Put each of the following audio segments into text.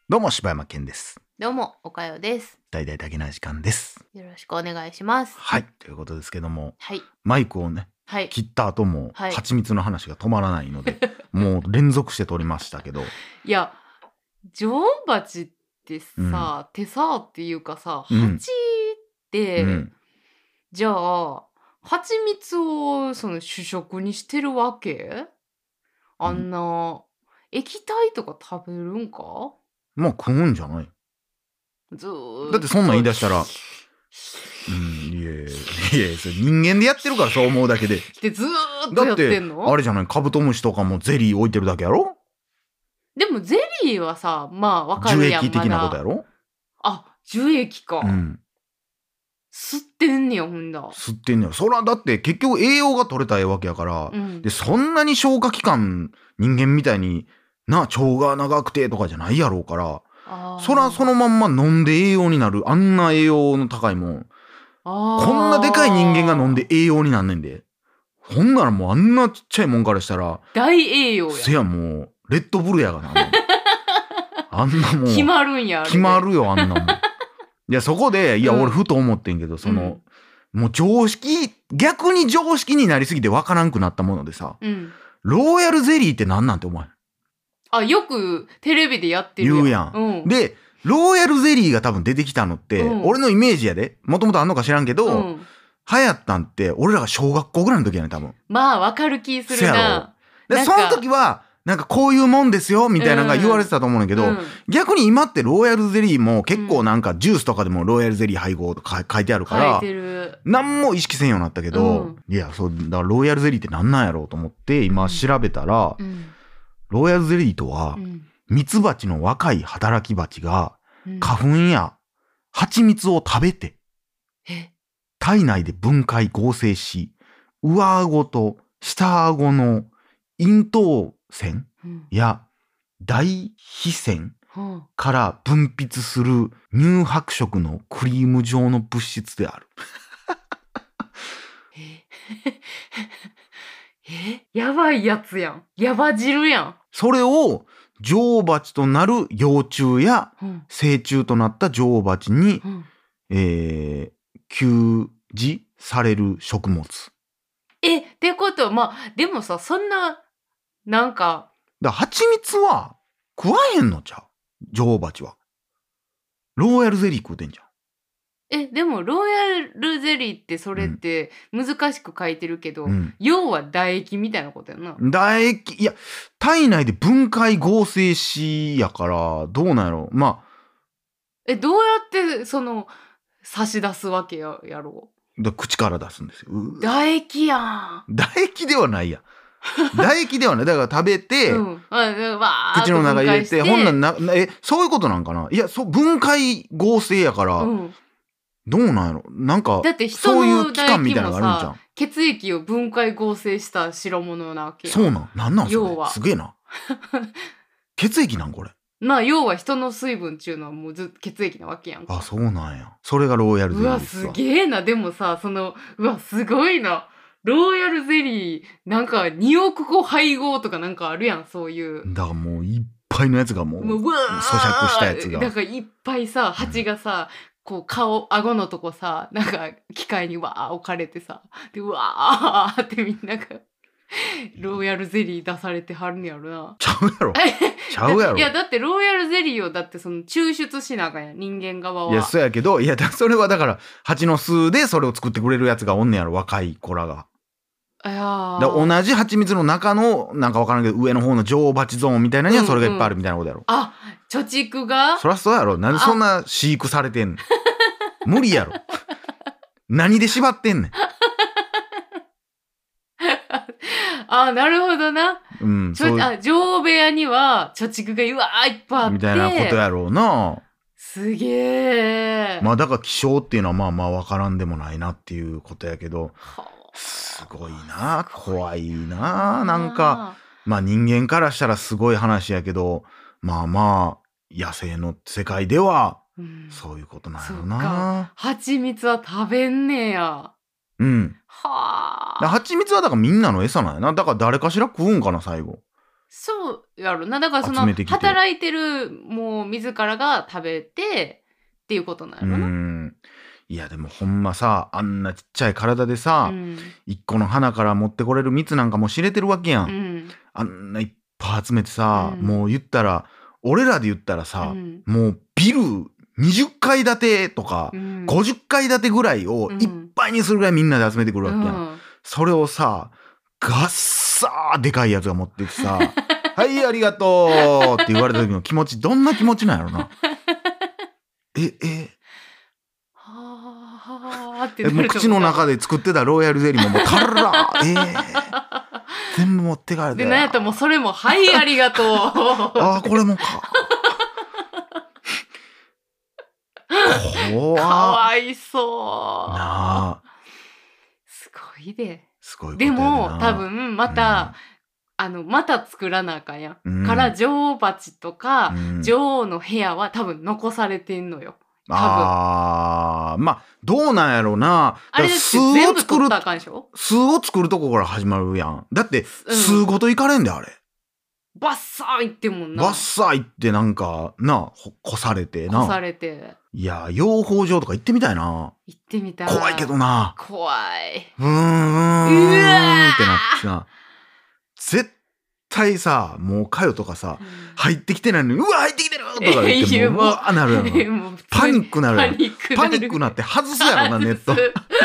どうも柴山健です。 どうも、おかよです。 大々だけな時間です。 よろしくお願いします。 はい、ということですけども、 はい。 マイクをね、 はい。 切った後もはい蜂蜜の話が止まらないので、もう連続して撮りましたけど、 いや、女王蜂ってうん、 さ、手さっていうかさ、 うん、 蜂っうて、 ん、 じゃあ、蜂蜜をその主食にしてるわけ？あんな、液体とか食べるんか？ まあ食うんじゃない？ ずーっだってそんなん言いと。 出したら、いやそれ人間でやってるからそう思うだけで。 で、ずーっとやってだってんの？ あれじゃない、カブトムシとかもゼリー置いてるだけやろ？ でもゼリーはさ、まあわか樹るやん、ま液的なことやだ。 ろ？ あ、樹液か。 うん。 吸ってんねや、ほんだ。 吸ってんねや。そらだって結局栄養が取れたいわけやから、 うん。 でそんなに消化器官人間みたいにな腸が長くてとかじゃないやろうから、そらそのまんま飲んで栄養になる、あんな栄養の高いもん、こんなでかい人間が飲んで栄養になんねんで。ほんならもうあんなちっちゃいもんからしたら大栄養や。 せやもうレッドブルやがな。あんなもん決まるんや。 決まるよ、あんなもん。いやそこで俺ふと思ってんけど、その、もう逆に常識になりすぎてわからんくなったものでさ、ローヤルゼリーってなんなんてお前。 あ、よくテレビでやってる言うやん。で、ローヤルゼリーが多分出てきたのって、俺のイメージやで、もともとあんのか知らんけど、流行ったんって俺らが小学校ぐらいの時やね、多分。 まあわかる気するな。 で、その時は、なんかこういうもんですよみたいなのが言われてたと思うんだけど、逆に今ってローヤルゼリーも結構なんかジュースとかでもローヤルゼリー配合とか書いてあるから、なんも意識せんようになったけど、いや、そう、だからローヤルゼリーってなんなんやろうと思って今調べたら、ローヤルゼリーとは、ミツバチの若い働き蜂が花粉や蜂蜜を食べて、体内で分解合成し、上顎と下顎の咽頭腺や大皮腺から分泌する乳白色のクリーム状の物質である。 やばいやつやん。やば汁やん。 それを女王蜂となる幼虫や成虫となった女王蜂に、給仕される食物。 ってことは、まあ、でもさ、そんな、なんか。 蜂蜜は食わへんのちゃう？女王蜂は。ローヤルゼリー食うてんじゃん。 でもローヤルゼリーってそれって難しく書いてるけど、要は唾液みたいなことやな。 唾液、いや、体内で分解合成しやから、どうなんやろ。まあ。どうやってその差し出すわけやろう。口から出すんですよ。 唾液やん。 唾液ではないやん。唾液ではない。だから食べて、口の中入れて、ほんなんそういうことなんかな。いや、分解合成やから、どうなんやろ。なんか、 だって人そういのう器官みたいなのがあるんじゃん。 血液を分解合成した代物なわけや。 そうなんなんそれ。すげえな。血液なんこれ。 まあ要は人の水分っていうのはもうずっと血液なわけやんか。 あ、そうなんや。それがローヤルゼリーですわ。 すげえな。でもさ、すごいな。ローヤルゼリー、なんか2億個配合とかなんかあるやん、そういう。 だからもういっぱいのやつがもう咀嚼したやつが。 だからいっぱいさ、蜂がさ、こう顎のとこさ、なんか機械にわー置かれてさ、で、うわーってみんなが、ローヤルゼリー出されてはるんやろな。 ちゃうやろ。ちゃうやろ。 いや、だってローヤルゼリーをだってその抽出しなあかんやん、人間側は。 いや、そうやけど、いや、それはだから、蜂の巣でそれを作ってくれるやつがおんねやろ、若い子らが。同じ蜂蜜の中の、なんかわからんけど、上の方の女王蜂ゾーンみたいなにはそれがいっぱいあるみたいなことやろ。 あ、貯蓄が？ そりゃそうやろ。なんでそんな飼育されてんの？無理やろ。何で縛ってんねん。 なるほどな。女王部屋には貯蓄がうわーいっぱいあって。 みたいなことやろうな。 すげえ。 まあだから気象っていうのはまあまあわからんでもないなっていうことやけど、すごいな、怖いな、なんか、まあ人間からしたらすごい話やけど、まあまあ野生の世界ではそういうことなんやろな。 蜂蜜は食べんねや。 うん。はあ。蜂蜜はだからみんなの餌なんやな。だから誰かしら食うんかな、最後。 そうやろな。だからその集めてきて働いてるもう自らが食べてっていうことなんやろな。 いやでもほんまさ、あんなちっちゃい体でさ、一個の花から持ってこれる蜜なんかも知れてるわけやん。あんないっぱい集めてさ、もう言ったら俺らで言ったらさ、もうビル20階建てとか、50階建てぐらいをいっぱいにするぐらいみんなで集めてくるわけやん。それをさ、ガッサーでかいやつが持ってきてさはいありがとうって言われた時の気持ち、どんな気持ちなんやろな。 はーってなると思う。 もう口の中で作ってたロイヤルゼリーももうたら全部持ってかれて。 でなんやったらもうそれもはいありがとうあこれもかかわいそうなあ。 すごいで。 すごいことやでも多分また、また作らなあかんや、から女王蜂とか、女王の部屋は多分残されてんのよ。まあどうなんやろうな。 あれだって全部取ったらあかんでしょ。 巣を作るとこから始まるやん。だって巣ごといかれんであれ。 バッサーいってもんな。 バッサーいってなんかな、こされてな。 こされて。 いや養蜂場とか行ってみたいな。 行ってみたい。 怖いけどな。 怖い。 ってなってな。絶対さ、もうかよとかさ、入ってきてないのに、うわ入ってきてるとか言ってもうわなるやろな。パニックなるやろ。パニックなって外すやろなネット。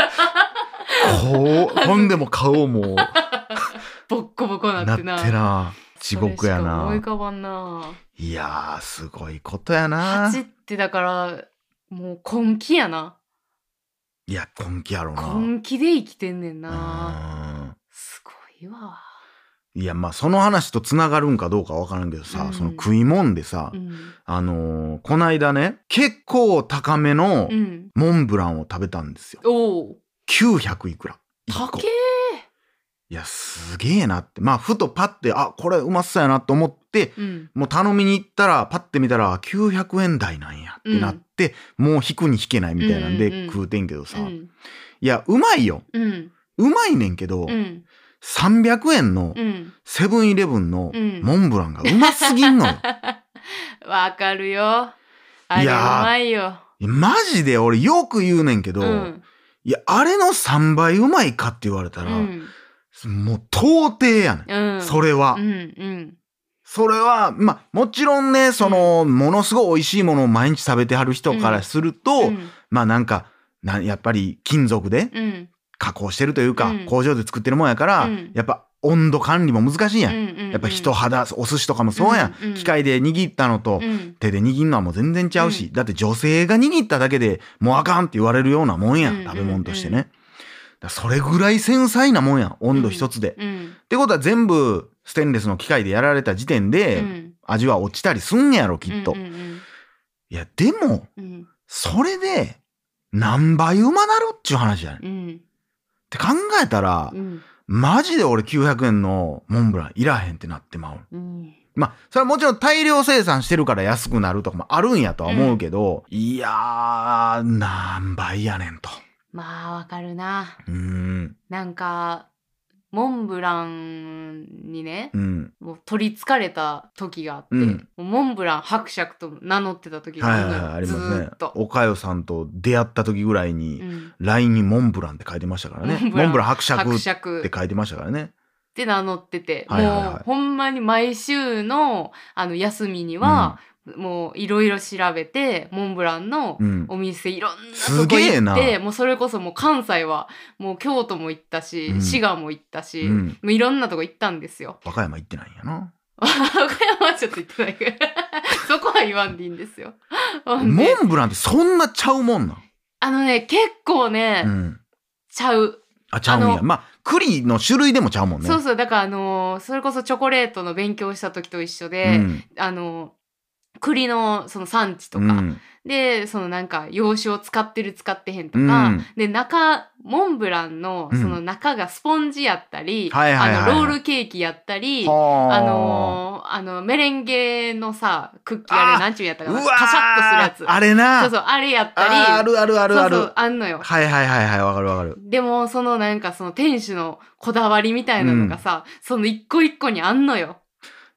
ほんでも顔もボッコボコなってな。地獄やな。 思い浮かばんな。 いやすごいことやな。 蜂ってだからもう根気やな。 いや根気やろな。 根気で生きてんねんな。すごいわ。 いやその話とつながるんかどうかわからんけどさ、その食いもんでさ、こないだね結構高めのモンブランを食べたんですよ。900いくら。 高え。 いやすげえなって、ふとパッてこれうまそうやなと思って、もう頼みに行ったらパッて見たら900円台なんやってなって、もう引くに引けないみたいなんで食うてんけどさ、いやうまいよ、うまいねんけど、300円のセブンイレブンのモンブランがうますぎんのよ。 わかるよ。あれうまいよ。 マジで俺よく言うねんけど、いやあれの3倍うまいかって言われたら、もう到底やねん、それは。それはもちろんね、ものすごい美味しいものを毎日食べてはる人からすると、やっぱり金属で加工してるというか、工場で作ってるもんやから、やっぱ温度管理も難しいやん。やっぱ人肌、お寿司とかもそうやん。機械で握ったのと手で握るのはもう全然ちゃうし、だって女性が握っただけでもうあかんって言われるようなもんやん、食べ物としてね。それぐらい繊細なもんやん、温度一つで。ってことは全部ステンレスの機械でやられた時点で、味は落ちたりすんねやろきっと。いやでも、それで何倍うまなるっちゅう話やねん。って考えたら、マジで俺900円のモンブランいらへんってなってまう。それはもちろん大量生産してるから安くなるとかもあるんやとは思うけど、いやー何倍やねんと。 わかるな。なんかモンブランにね、もう取りつかれた時があって、もうモンブラン伯爵と名乗ってた時があるのよ。 ありますね。おかよさんと出会った時ぐらいに、LINE にモンブランって書いてましたからね。モンブラン伯爵って書いてましたからね。 って名乗ってて、もうほんまに毎週の休みには、もういろいろ調べてモンブランのお店いろんなとこ行って、もうそれこそもう関西はもう京都も行ったし、滋賀も行ったし、もういろんなとこ行ったんですよ。 和歌山行ってないんやな。 和歌山はちょっと行ってないけどそこは言わんでいいんですよ。 モンブランってそんなちゃうもんなん？ 結構ね、ちゃう。 ちゃうんや。栗の種類でもちゃうもんね。 そうだからそれこそチョコレートの勉強した時と一緒で、栗のその産地とか、でなんか洋酒を使ってる使ってへんとか、でモンブランのその中がスポンジやったり、ロールケーキやったり、メレンゲのさクッキーあれなんちゅうやったかな、カシャッとするやつ、 あれな、 そうあれやったり、 あるそうあんのよ。 はいわかる。 でもなんか店主のこだわりみたいなのがさ、その一個一個にあんのよ。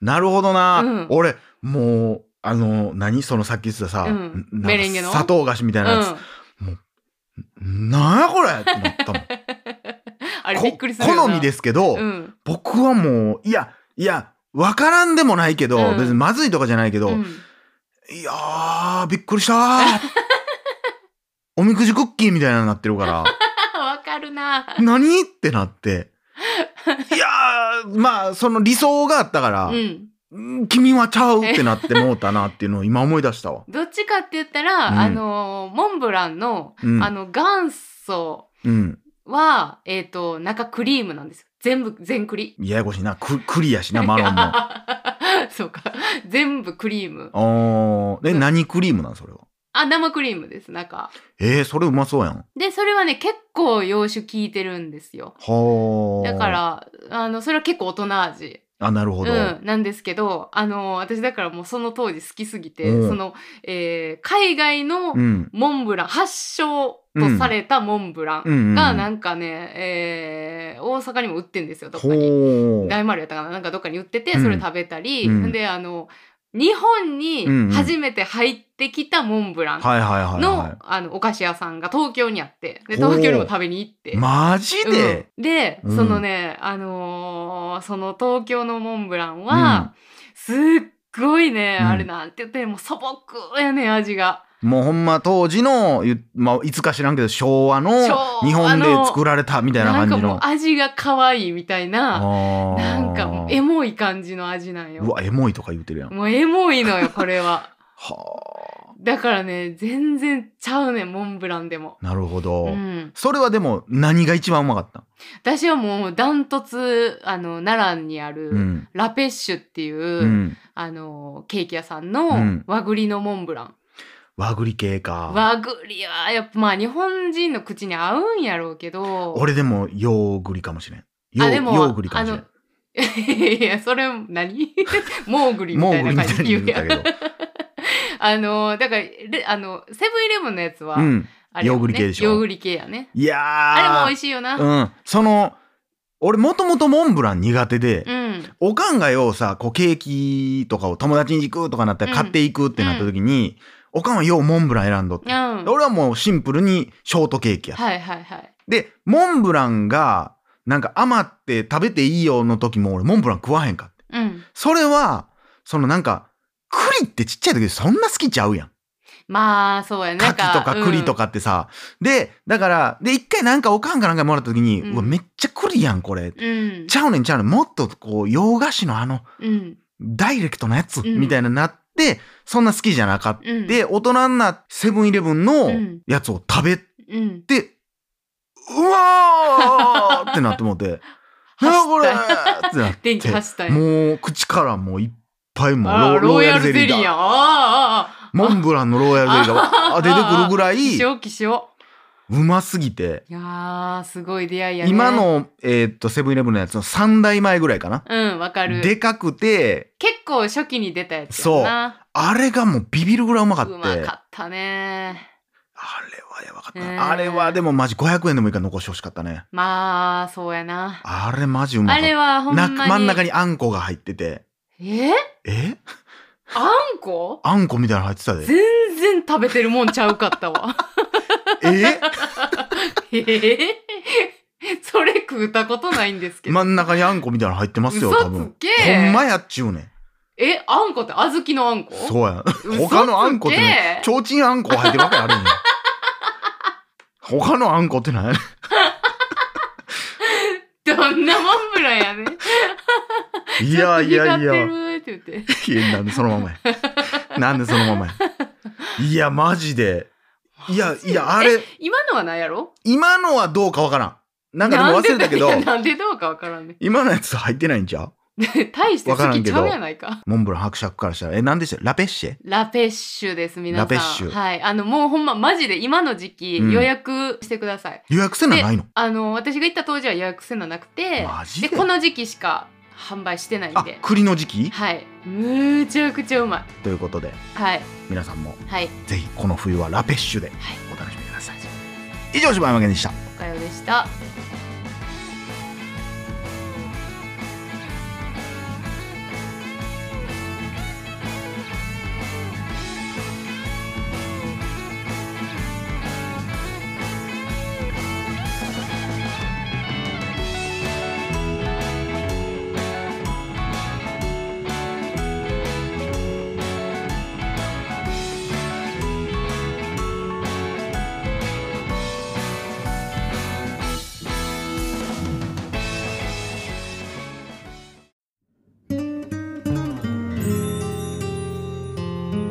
なるほどな、 うん、 俺もう何そのさっき言ってたさ、 うん、メレンゲの砂糖菓子みたいなやつ、もうなんやこれってなったもんあれびっくりするよな。 好みですけど、 うん、 僕はもういやわからんでもないけど、別にまずいとかじゃないけど、いやーびっくりしたーおみくじクッキーみたいなのになってるからわかるな。 何ってなっていやーまあその理想があったから、君はちゃうってなってもうたなっていうのを今思い出したわ。 どっちかって言ったら、モンブランの、元祖は、中クリームなんですよ。全クリ。 ややこしいな。クリやしな、マロンも。 そうか。全部クリーム。 何クリームなんそれは。 生クリームです、中。 それうまそうやん。 で、それはね、結構洋酒効いてるんですよ。だから、それは結構大人味。 なるほど。 なんですけど、私だからもうその当時好きすぎて、海外のモンブラン、発祥とされたモンブランがなんかね、大阪にも売ってんですよ、どっかに。大丸やったかな、なんかどっかに売ってて、それ食べたり、で、日本に初めて入ってきたモンブランのお菓子屋さんが東京にあって、で東京にも食べに行って。 マジで、 で、そのね、その東京のモンブランは、すっごいね、あれなんて言っても素朴やね、味が。 もうほんま当時の、いつか知らんけど昭和の日本で作られたみたいな感じの。 なんかもう味が可愛いみたいな、なんかエモい感じの味なんよ。 うわ、エモいとか言ってるやん。 もうエモいのよ、これは。 はあ。 だからね、全然ちゃうね、モンブランでも。 なるほど。それはでも何が一番うまかった？ 私はもうダントツ、奈良にある、ラペッシュっていう、ケーキ屋さんの和栗のモンブラン。 和栗系か。 和栗はやっぱまあ日本人の口に合うんやろうけど。 俺でも洋栗かもしれん。洋栗かもしれん。 いや、それ何モーグリみたいな感じで言うやん。だから、セブンイレブンのやつは、 洋栗系でしょ。 洋栗系やね。 いやー。 あれも美味しいよな。 俺もともとモンブラン苦手で、おかんがようさ、こうケーキとかを友達に行くとかなったら買っていくってなった時に、おかんはようモンブラン選んどって。俺はもうシンプルにショートケーキや。で、モンブランが、なんか余って食べていいよの時も俺モンブラン食わへんかって。それは、なんか、栗ってちっちゃい時そんな好きちゃうやん。 まあ、そうやね。 柿とか栗とかってさ。で、だから、一回なんかおかんかなんかもらった時に、うわ、めっちゃ栗やん、これ。ちゃうねん。もっとこう、洋菓子のダイレクトなやつ、みたいななって、そんな好きじゃなかった。大人になってセブンイレブンのやつを食べて、うわーってなって思って、なこれってなって、電気走ったんや。もう口からもういっぱいもうローヤルゼリーだ。モンブランのローヤルゼリーが出てくるぐらい、うますぎて。 いやー、すごい出会いやね。 今の、セブンイレブンのやつの3代前ぐらいかな。 わかる。 でかくて。 結構初期に出たやつやな。そう。あれがもうビビるぐらいうまかった。 うまかったね。 あれはやばかった。あれはでもマジ500円でもいいから残してほしかったね。 まあ、そうやな。 あれマジうまかった。 あれはほんまに。 真ん中にあんこが入ってて。 あんこ？ あんこみたいなの入ってたで。 全然食べてるもんちゃうかったわ。それ食うたことないんですけど。 真ん中にあんこみたいなの入ってますよ、多分。ほんまやっちゅうねん。 あんこって小豆のあんこ？ そうや。他のあんこってね、ちょうちんあんこ入ってるわけあるんや。他のあんこって何やねん。 どんなモンブランやね。 いや。なんでそのままや。なんでそのままや。いや、マジで。いや、あれ。 今のは何やろ？ 今のはどうかわからん。なんかでも忘れたけど。 なんでどうかわからんね。 今のやつ入ってないんちゃう？ 大して好きちゃうやないか。 モンブラン伯爵からしたら。何でした？ラペッシェ？ ラペッシュです、皆さん。 ラペッシュ。 はい。もうほんま、マジで今の時期、予約してください。 予約せなないの？ 私が行った当時は予約せななくて、 マジで？ この時期しか販売してないんで。 栗の時期？ はい。むちゃくちゃうまい。 ということで、 はい。 皆さんも、 はい。 ぜひこの冬はラペッシュでお楽しみください。以上、柴山健でした。 おかよでした。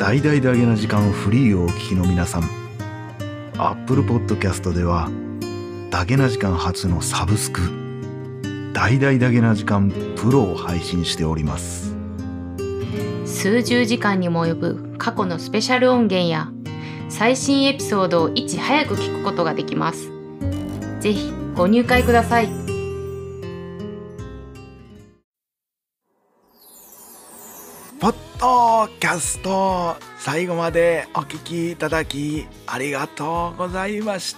大々だけな時間フリーをお聞きの皆さん、Apple Podcast ではだけな時間初のサブスク大々だけな時間プロを配信しております。 数十時間にも及ぶ過去のスペシャル音源や最新エピソードをいち早く聞くことができます。ぜひご入会ください。 ポッドキャスト、最後までお聞きいただきありがとうございました。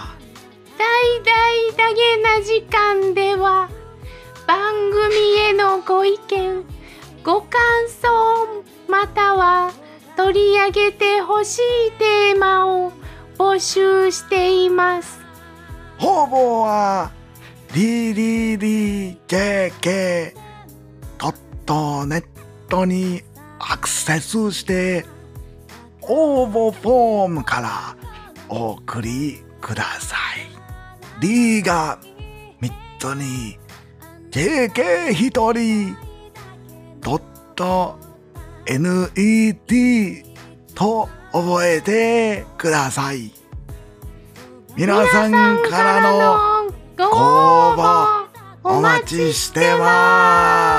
大々だけな時間では番組へのご意見ご感想または取り上げてほしいテーマを募集しています。 応募は ddjk.net にアクセスして応募フォームからお送りください。D が3つに JK1 人.net と覚えてください。皆さんからのご応募お待ちしてます。